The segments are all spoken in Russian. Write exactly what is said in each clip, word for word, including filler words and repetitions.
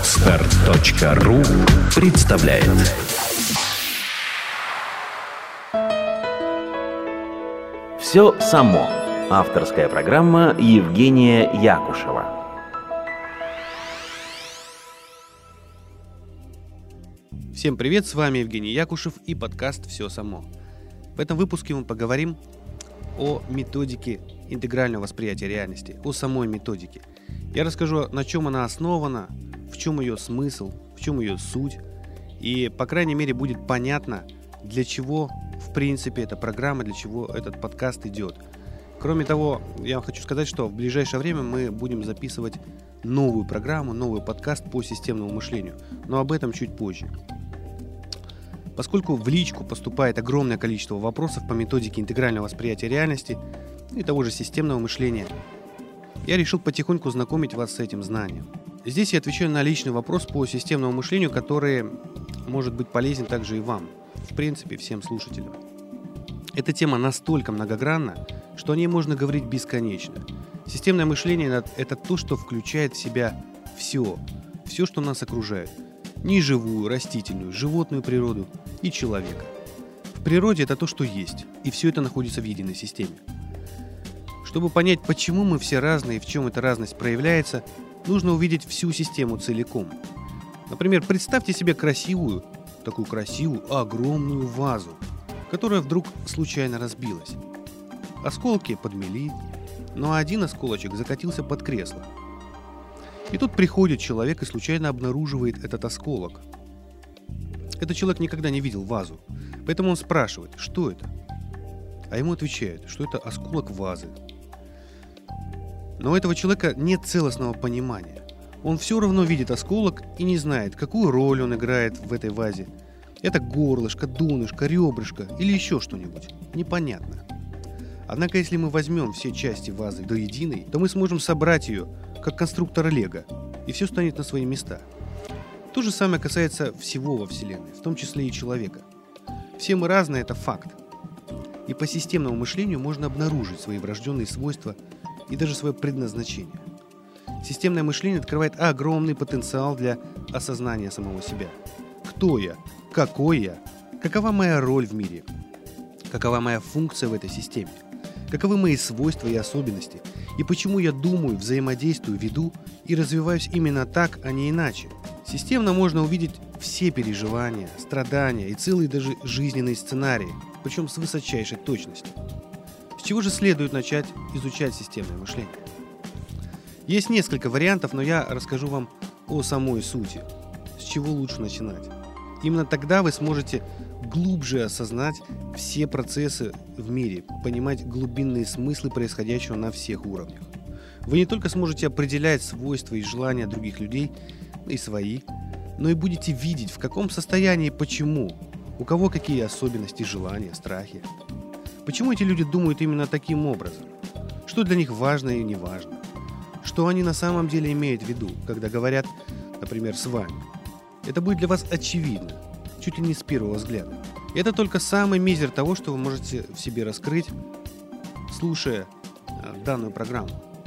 Подстер точка ру представляет. Все само. Авторская программа Евгения Якушева. Всем привет, с вами Евгений Якушев и подкаст «Все само». В этом выпуске мы поговорим о методике интегрального восприятия реальности, о самой методике. Я расскажу, на чем она основана, в чем ее смысл, в чем ее суть, и, по крайней мере, будет понятно, для чего, в принципе, эта программа, для чего этот подкаст идет. Кроме того, я хочу сказать, что в ближайшее время мы будем записывать новую программу, новый подкаст по системному мышлению, но об этом чуть позже. Поскольку в личку поступает огромное количество вопросов по методике интегрального восприятия реальности и того же системного мышления, я решил потихоньку знакомить вас с этим знанием. Здесь я отвечаю на личный вопрос по системному мышлению, который может быть полезен также и вам, в принципе, всем слушателям. Эта тема настолько многогранна, что о ней можно говорить бесконечно. Системное мышление – это то, что включает в себя все, все, что нас окружает. Неживую, растительную, животную природу и человека. В природе это то, что есть, и все это находится в единой системе. Чтобы понять, почему мы все разные и в чем эта разность проявляется, нужно увидеть всю систему целиком. Например, представьте себе красивую, такую красивую, огромную вазу, которая вдруг случайно разбилась. Осколки подмели, но один осколочек закатился под кресло. И тут приходит человек и случайно обнаруживает этот осколок. Этот человек никогда не видел вазу, поэтому он спрашивает, что это? А ему отвечают, что это осколок вазы. Но у этого человека нет целостного понимания. Он все равно видит осколок и не знает, какую роль он играет в этой вазе. Это горлышко, донышко, ребрышко или еще что-нибудь. Непонятно. Однако, если мы возьмем все части вазы до единой, то мы сможем собрать ее, как конструктор Лего, и все станет на свои места. То же самое касается всего во Вселенной, в том числе и человека. Все мы разные, это факт. И по системному мышлению можно обнаружить свои врожденные свойства и даже свое предназначение. Системное мышление открывает огромный потенциал для осознания самого себя. Кто я? Какой я? Какова моя роль в мире? Какова моя функция в этой системе? Каковы мои свойства и особенности? И почему я думаю, взаимодействую, веду и развиваюсь именно так, а не иначе? Системно можно увидеть все переживания, страдания и целые даже жизненные сценарии, причем с высочайшей точностью. С чего же следует начать изучать системное мышление? Есть несколько вариантов, но я расскажу вам о самой сути. С чего лучше начинать? Именно тогда вы сможете глубже осознать все процессы в мире, понимать глубинные смыслы происходящего на всех уровнях. Вы не только сможете определять свойства и желания других людей, и свои, но и будете видеть, в каком состоянии, почему, у кого какие особенности, желания, страхи. Почему эти люди думают именно таким образом? Что для них важно и не важно? Что они на самом деле имеют в виду, когда говорят, например, с вами? Это будет для вас очевидно, чуть ли не с первого взгляда. И это только самый мизер того, что вы можете в себе раскрыть, слушая данную программу.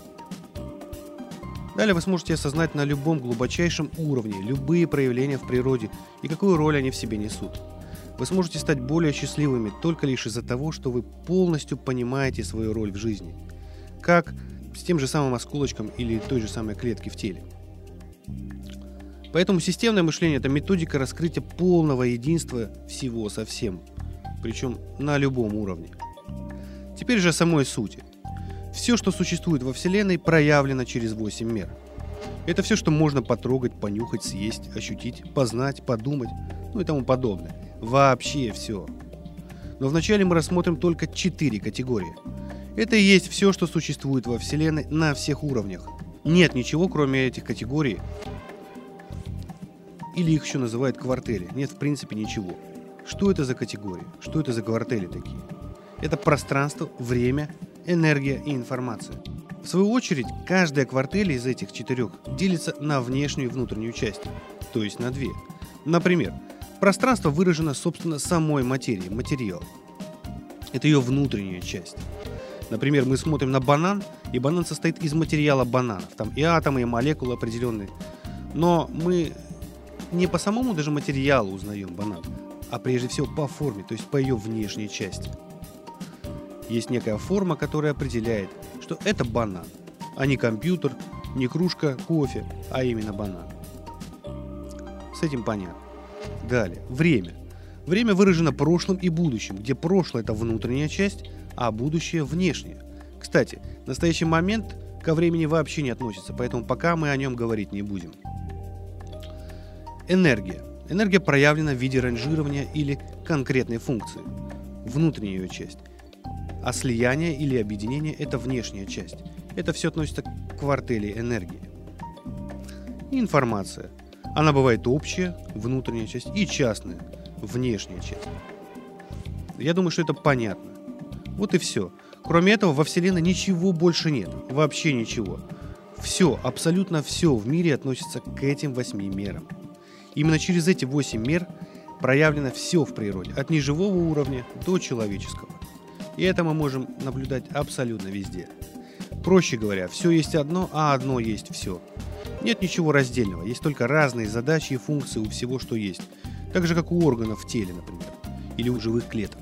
Далее вы сможете осознать на любом глубочайшем уровне любые проявления в природе и какую роль они в себе несут. Вы сможете стать более счастливыми только лишь из-за того, что вы полностью понимаете свою роль в жизни. Как с тем же самым осколочком или той же самой клетки в теле. Поэтому системное мышление – это методика раскрытия полного единства всего со всем, причем на любом уровне. Теперь же о самой сути. Все, что существует во Вселенной, проявлено через восемь мер. Это все, что можно потрогать, понюхать, съесть, ощутить, познать, подумать, ну и тому подобное. Вообще все. Но вначале мы рассмотрим только четыре категории. Это и есть все, что существует во Вселенной на всех уровнях. Нет ничего, кроме этих категорий. Или их еще называют квартели. Нет, в принципе, ничего. Что это за категории? Что это за квартели такие? Это пространство, время, энергия и информация. В свою очередь, каждая квартель из этих четырех делится на внешнюю и внутреннюю части, то есть на две. Например, пространство выражено, собственно, самой материей, материал. Это ее внутренняя часть. Например, мы смотрим на банан, и банан состоит из материала бананов. Там и атомы, и молекулы определенные. Но мы не по самому даже материалу узнаем банан, а прежде всего по форме, то есть по ее внешней части. Есть некая форма, которая определяет, что это банан, а не компьютер, не кружка кофе, а именно банан. С этим понятно. Далее. Время. Время выражено прошлым и будущим, где прошлое – это внутренняя часть, а будущее – внешнее. Кстати, настоящий момент ко времени вообще не относится, поэтому пока мы о нем говорить не будем. Энергия. Энергия проявлена в виде ранжирования или конкретной функции, внутренняя ее часть. А слияние или объединение – это внешняя часть. Это все относится к квартеле энергии. И информация. Она бывает общая, внутренняя часть, и частная, внешняя часть. Я думаю, что это понятно. Вот и все. Кроме этого, во Вселенной ничего больше нет. Вообще ничего. Все, абсолютно все в мире относится к этим восьми мерам. Именно через эти восемь мер проявлено все в природе, от неживого уровня до человеческого. И это мы можем наблюдать абсолютно везде. Проще говоря, все есть одно, а одно есть все. Нет ничего раздельного, есть только разные задачи и функции у всего, что есть. Так же, как у органов в теле, например, или у живых клеток.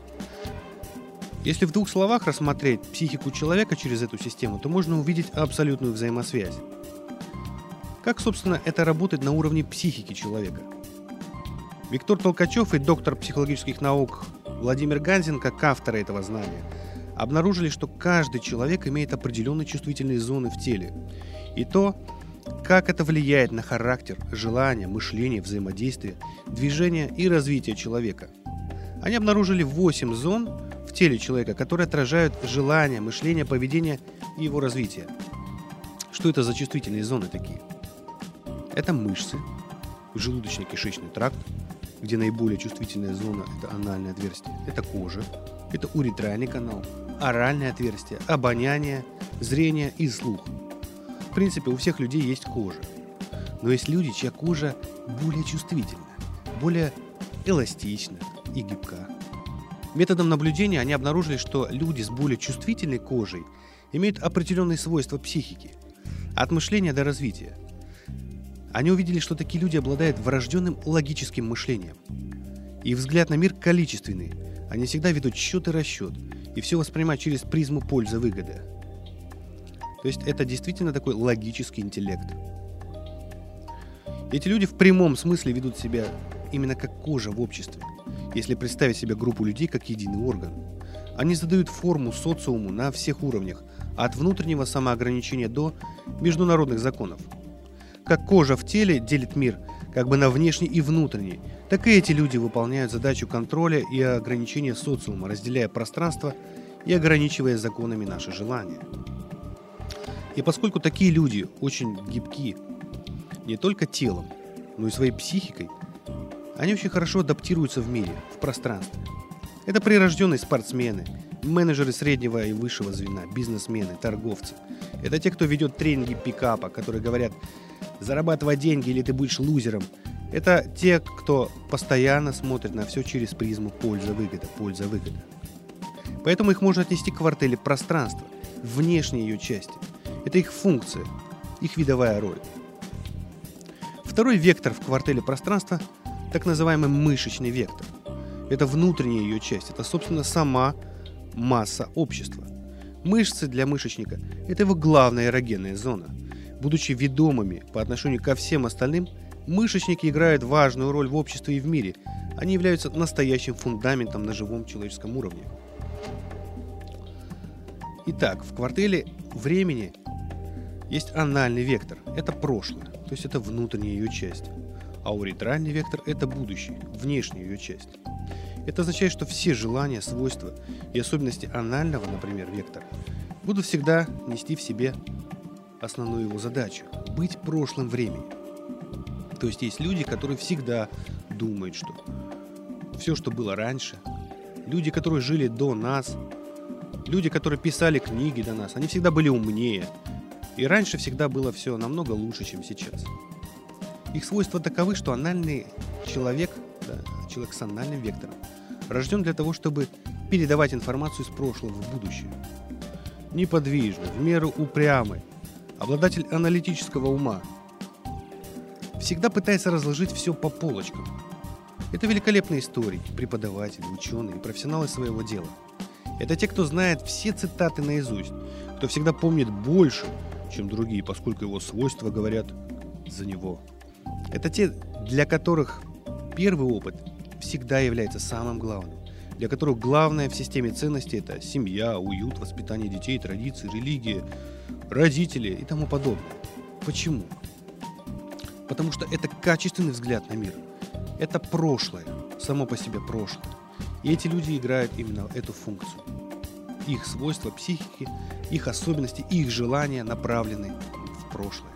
Если в двух словах рассмотреть психику человека через эту систему, то можно увидеть абсолютную взаимосвязь. Как, собственно, это работает на уровне психики человека? Виктор Толкачев и доктор психологических наук Владимир Ганзин, как авторы этого знания, обнаружили, что каждый человек имеет определенные чувствительные зоны в теле. И то, как это влияет на характер, желания, мышление, взаимодействие, движение и развитие человека. Они обнаружили восемь зон в теле человека, которые отражают желания, мышление, поведение и его развитие. Что это за чувствительные зоны такие? Это мышцы, желудочно-кишечный тракт, где наиболее чувствительная зона – это анальное отверстие, это кожа, это уретральный канал, оральное отверстие, обоняние, зрение и слух. В принципе, у всех людей есть кожа. Но есть люди, чья кожа более чувствительна, более эластична и гибка. Методом наблюдения они обнаружили, что люди с более чувствительной кожей имеют определенные свойства психики, от мышления до развития. Они увидели, что такие люди обладают врожденным логическим мышлением. Их взгляд на мир количественный. Они всегда ведут счет и расчет, и все воспринимают через призму пользы-выгоды. То есть это действительно такой логический интеллект. Эти люди в прямом смысле ведут себя именно как кожа в обществе, если представить себе группу людей как единый орган. Они задают форму социуму на всех уровнях, от внутреннего самоограничения до международных законов. Как кожа в теле делит мир как бы на внешний и внутренний, так и эти люди выполняют задачу контроля и ограничения социума, разделяя пространство и ограничивая законами наши желания. И поскольку такие люди очень гибки не только телом, но и своей психикой, они очень хорошо адаптируются в мире, в пространстве. Это прирожденные спортсмены, менеджеры среднего и высшего звена, бизнесмены, торговцы. Это те, кто ведет тренинги пикапа, которые говорят: зарабатывай деньги или ты будешь лузером. Это те, кто постоянно смотрит на все через призму польза-выгода, польза-выгода. Поэтому их можно отнести к квартеле пространства, внешней ее части. Это их функция, их видовая роль. Второй вектор в квартеле пространства – так называемый мышечный вектор. Это внутренняя ее часть, это, собственно, сама масса общества. Мышцы для мышечника – это его главная эрогенная зона. Будучи ведомыми по отношению ко всем остальным, мышечники играют важную роль в обществе и в мире. Они являются настоящим фундаментом на живом человеческом уровне. Итак, в квартеле времени есть анальный вектор – это прошлое, то есть это внутренняя ее часть. А уретральный вектор – это будущее, внешняя ее часть. Это означает, что все желания, свойства и особенности анального, например, вектора, будут всегда нести в себе основную его задачу – быть прошлым временем. То есть есть люди, которые всегда думают, что все, что было раньше, люди, которые жили до нас, люди, которые писали книги до нас, они всегда были умнее. И раньше всегда было все намного лучше, чем сейчас. Их свойства таковы, что анальный человек, да, человек с анальным вектором, рожден для того, чтобы передавать информацию из прошлого в будущее. Неподвижный, в меру упрямый, обладатель аналитического ума. всегда пытается разложить все по полочкам. Это великолепные историки, преподаватели, ученые и профессионалы своего дела. Это те, кто знает все цитаты наизусть, кто всегда помнит больше, чем другие, поскольку его свойства говорят за него. Это те, для которых первый опыт всегда является самым главным, для которых главное в системе ценностей – это семья, уют, воспитание детей, традиции, религия, родители и тому подобное. Почему? Потому что это качественный взгляд на мир. Это прошлое, само по себе прошлое. И эти люди играют именно эту функцию. Их свойства психики, их особенности, их желания направлены в прошлое.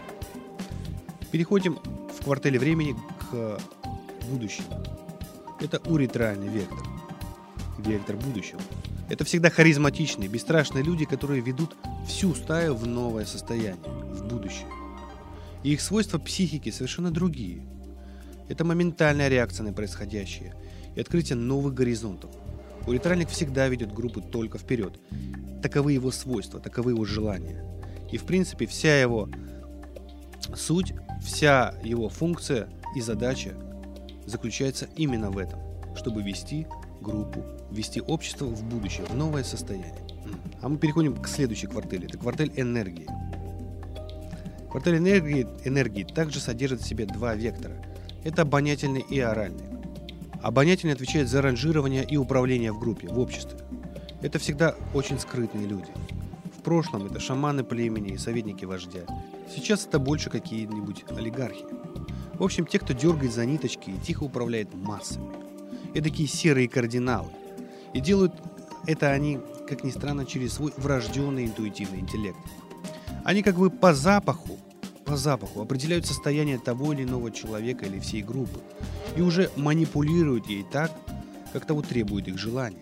Переходим в квартале времени к будущему. Это уретральный вектор. Вектор будущего. Это всегда харизматичные, бесстрашные люди, которые ведут всю стаю в новое состояние, в будущее. И их свойства психики совершенно другие. Это моментальная реакция на происходящее и открытие новых горизонтов. Уретральник всегда ведет группу только вперед. Таковы его свойства, таковы его желания. И в принципе вся его суть, вся его функция и задача заключается именно в этом, чтобы вести группу, вести общество в будущее, в новое состояние. А мы переходим к следующей квартале. Это кварталь энергии. Кварталь энергии, энергии также содержит в себе два вектора. Это обонятельный и оральный. Обонятельный отвечает за ранжирование и управление в группе, в обществе. Это всегда очень скрытные люди. В прошлом это шаманы племени и советники вождя. Сейчас это больше какие-нибудь олигархи. В общем, те, кто дергает за ниточки и тихо управляет массами. Эдакие серые кардиналы. И делают это они, как ни странно, через свой врожденный интуитивный интеллект. Они как бы по запаху, по запаху определяют состояние того или иного человека или всей группы и уже манипулируют ей так, как того требует их желание.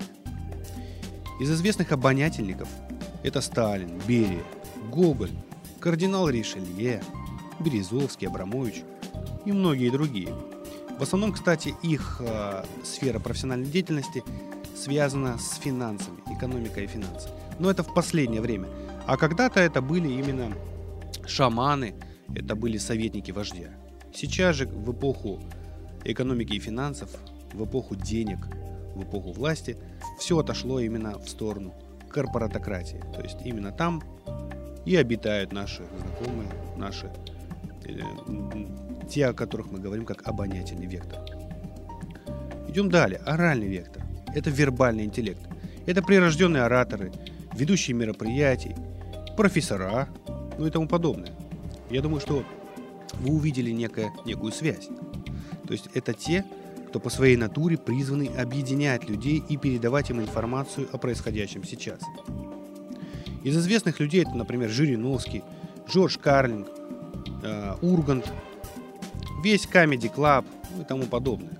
Из известных обонятельников это Сталин, Берия, Гоголь, кардинал Ришелье, Березовский, Абрамович и многие другие. В основном, кстати, их э, сфера профессиональной деятельности связана с финансами, экономикой и финансами. Но это в последнее время. А когда-то это были именно шаманы, это были советники вождя. Сейчас же, в эпоху экономики и финансов, в эпоху денег, в эпоху власти, все отошло именно в сторону корпоратократии. То есть именно там и обитают наши знакомые, наши, э, те, о которых мы говорим как обонятельный вектор. Идем далее. Оральный вектор. Это вербальный интеллект. Это прирожденные ораторы, ведущие мероприятий, профессора, ну и тому подобное. Я думаю, что вы увидели некое, некую связь. То есть это те, кто по своей натуре призваны объединять людей и передавать им информацию о происходящем сейчас. Из известных людей это, например, Жириновский, Джордж Карлинг, э, Ургант, весь Comedy Club, ну и тому подобное.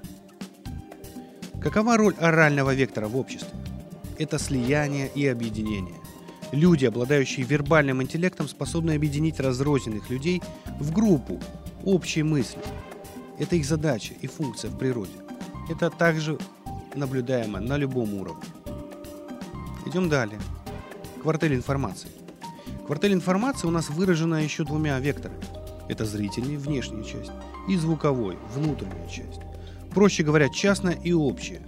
Какова роль орального вектора в обществе? Это слияние и объединение. Люди, обладающие вербальным интеллектом, способны объединить разрозненных людей в группу общей мысли. Это их задача и функция в природе. Это также наблюдаемо на любом уровне. Идем далее. Кварталь информации. Кварталь информации у нас выражена еще двумя векторами. Это зрительная, внешняя часть, и звуковой, внутренняя часть. Проще говоря, частное и общее.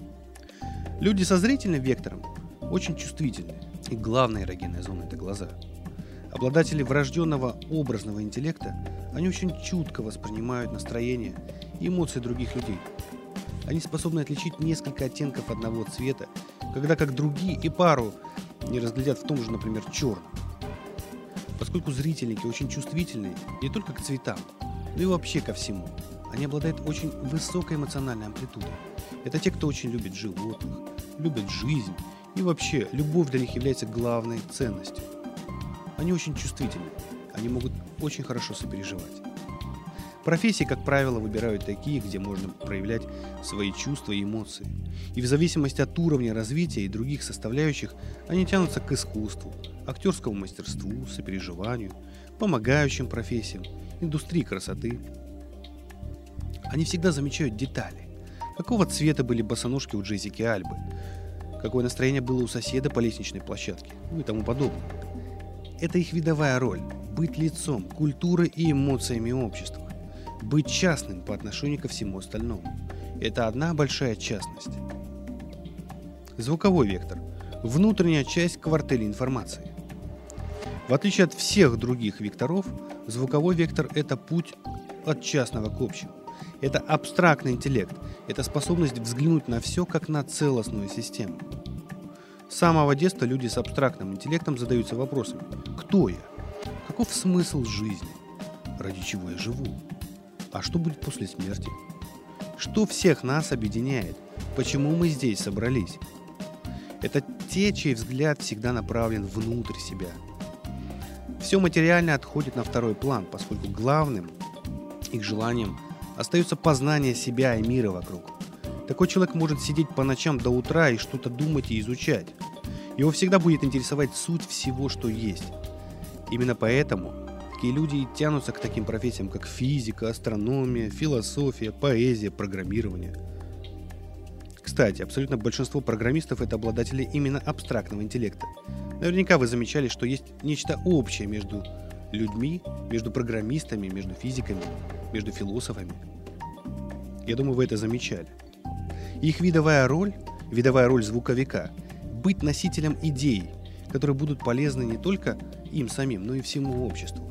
Люди со зрительным вектором очень чувствительны. И главная эрогенная зона – это глаза. Обладатели врожденного образного интеллекта, они очень чутко воспринимают настроение и эмоции других людей. Они способны отличить несколько оттенков одного цвета, когда как другие и пару не разглядят в том же, например, черном. Поскольку зрительники очень чувствительны не только к цветам, но и вообще ко всему, они обладают очень высокой эмоциональной амплитудой. Это те, кто очень любит животных, любит жизнь, и вообще любовь для них является главной ценностью. Они очень чувствительны, они могут очень хорошо сопереживать. Профессии, как правило, выбирают такие, где можно проявлять свои чувства и эмоции. И в зависимости от уровня развития и других составляющих, они тянутся к искусству, актерскому мастерству, сопереживанию, помогающим профессиям, индустрии красоты. Они всегда замечают детали. Какого цвета были босоножки у Джессики Альбы, какое настроение было у соседа по лестничной площадке, ну и тому подобное. Это их видовая роль – быть лицом, культурой и эмоциями общества. быть частным по отношению ко всему остальному. Это одна большая частность. Звуковой вектор – внутренняя часть квартели информации. В отличие от всех других векторов, звуковой вектор – это путь от частного к общему. Это абстрактный интеллект, это способность взглянуть на все как на целостную систему. С самого детства люди с абстрактным интеллектом задаются вопросами: кто я? Каков смысл жизни? Ради чего я живу? А что будет после смерти? Что всех нас объединяет? Почему мы здесь собрались? Это те, чей взгляд всегда направлен внутрь себя. Все материальное отходит на второй план, поскольку главным их желанием остается познание себя и мира вокруг. Такой человек может сидеть по ночам до утра и что-то думать и изучать. Его всегда будет интересовать суть всего, что есть. Именно поэтому такие люди и тянутся к таким профессиям, как физика, астрономия, философия, поэзия, программирование. Кстати, абсолютно большинство программистов – это обладатели именно абстрактного интеллекта. Наверняка вы замечали, что есть нечто общее между людьми, между программистами, между физиками, между философами. Я думаю, вы это замечали. Их видовая роль, видовая роль звуковика – быть носителем идей, которые будут полезны не только им самим, но и всему обществу.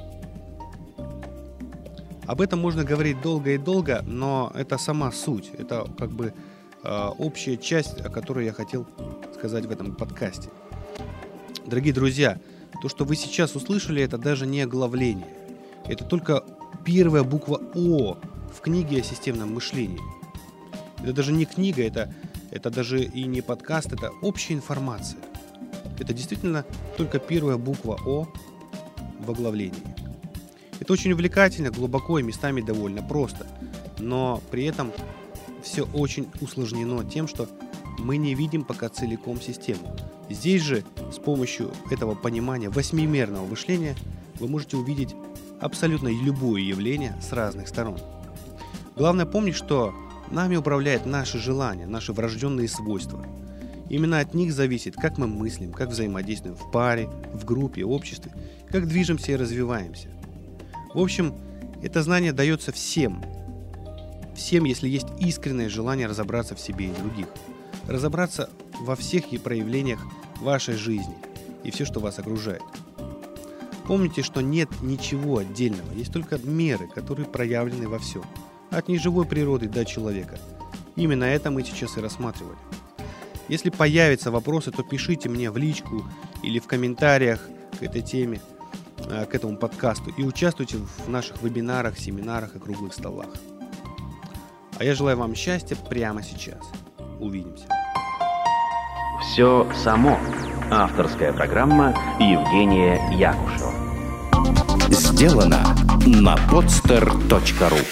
Об этом можно говорить долго и долго, но это сама суть, это как бы э, общая часть, о которой я хотел сказать в этом подкасте. Дорогие друзья, то, что вы сейчас услышали, это даже не оглавление. Это только первая буква О в книге о системном мышлении. Это даже не книга, это, это даже и не подкаст, это общая информация. Это действительно только первая буква О в оглавлении. Это очень увлекательно, глубоко и местами довольно просто. Но при этом все очень усложнено тем, что мы не видим пока целиком систему. Здесь же с помощью этого понимания восьмимерного мышления вы можете увидеть абсолютно любое явление с разных сторон. Главное помнить, что нами управляет наши желания, наши врожденные свойства. Именно от них зависит, как мы мыслим, как взаимодействуем в паре, в группе, обществе, как движемся и развиваемся. В общем, это знание дается всем. Всем, если есть искреннее желание разобраться в себе и других. Разобраться во всех и проявлениях вашей жизни и все, что вас окружает. Помните, что нет ничего отдельного, есть только меры, которые проявлены во всем. От неживой природы до человека. Именно это мы сейчас и рассматривали. Если появятся вопросы, то пишите мне в личку или в комментариях к этой теме, к этому подкасту, и участвуйте в наших вебинарах, семинарах и круглых столах. А я желаю вам счастья прямо сейчас. Увидимся. Все само. Авторская программа Евгения Якушева. Сделано на подстер точка ру.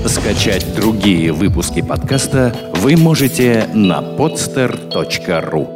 Скачать другие выпуски подкаста вы можете на подстер точка ру.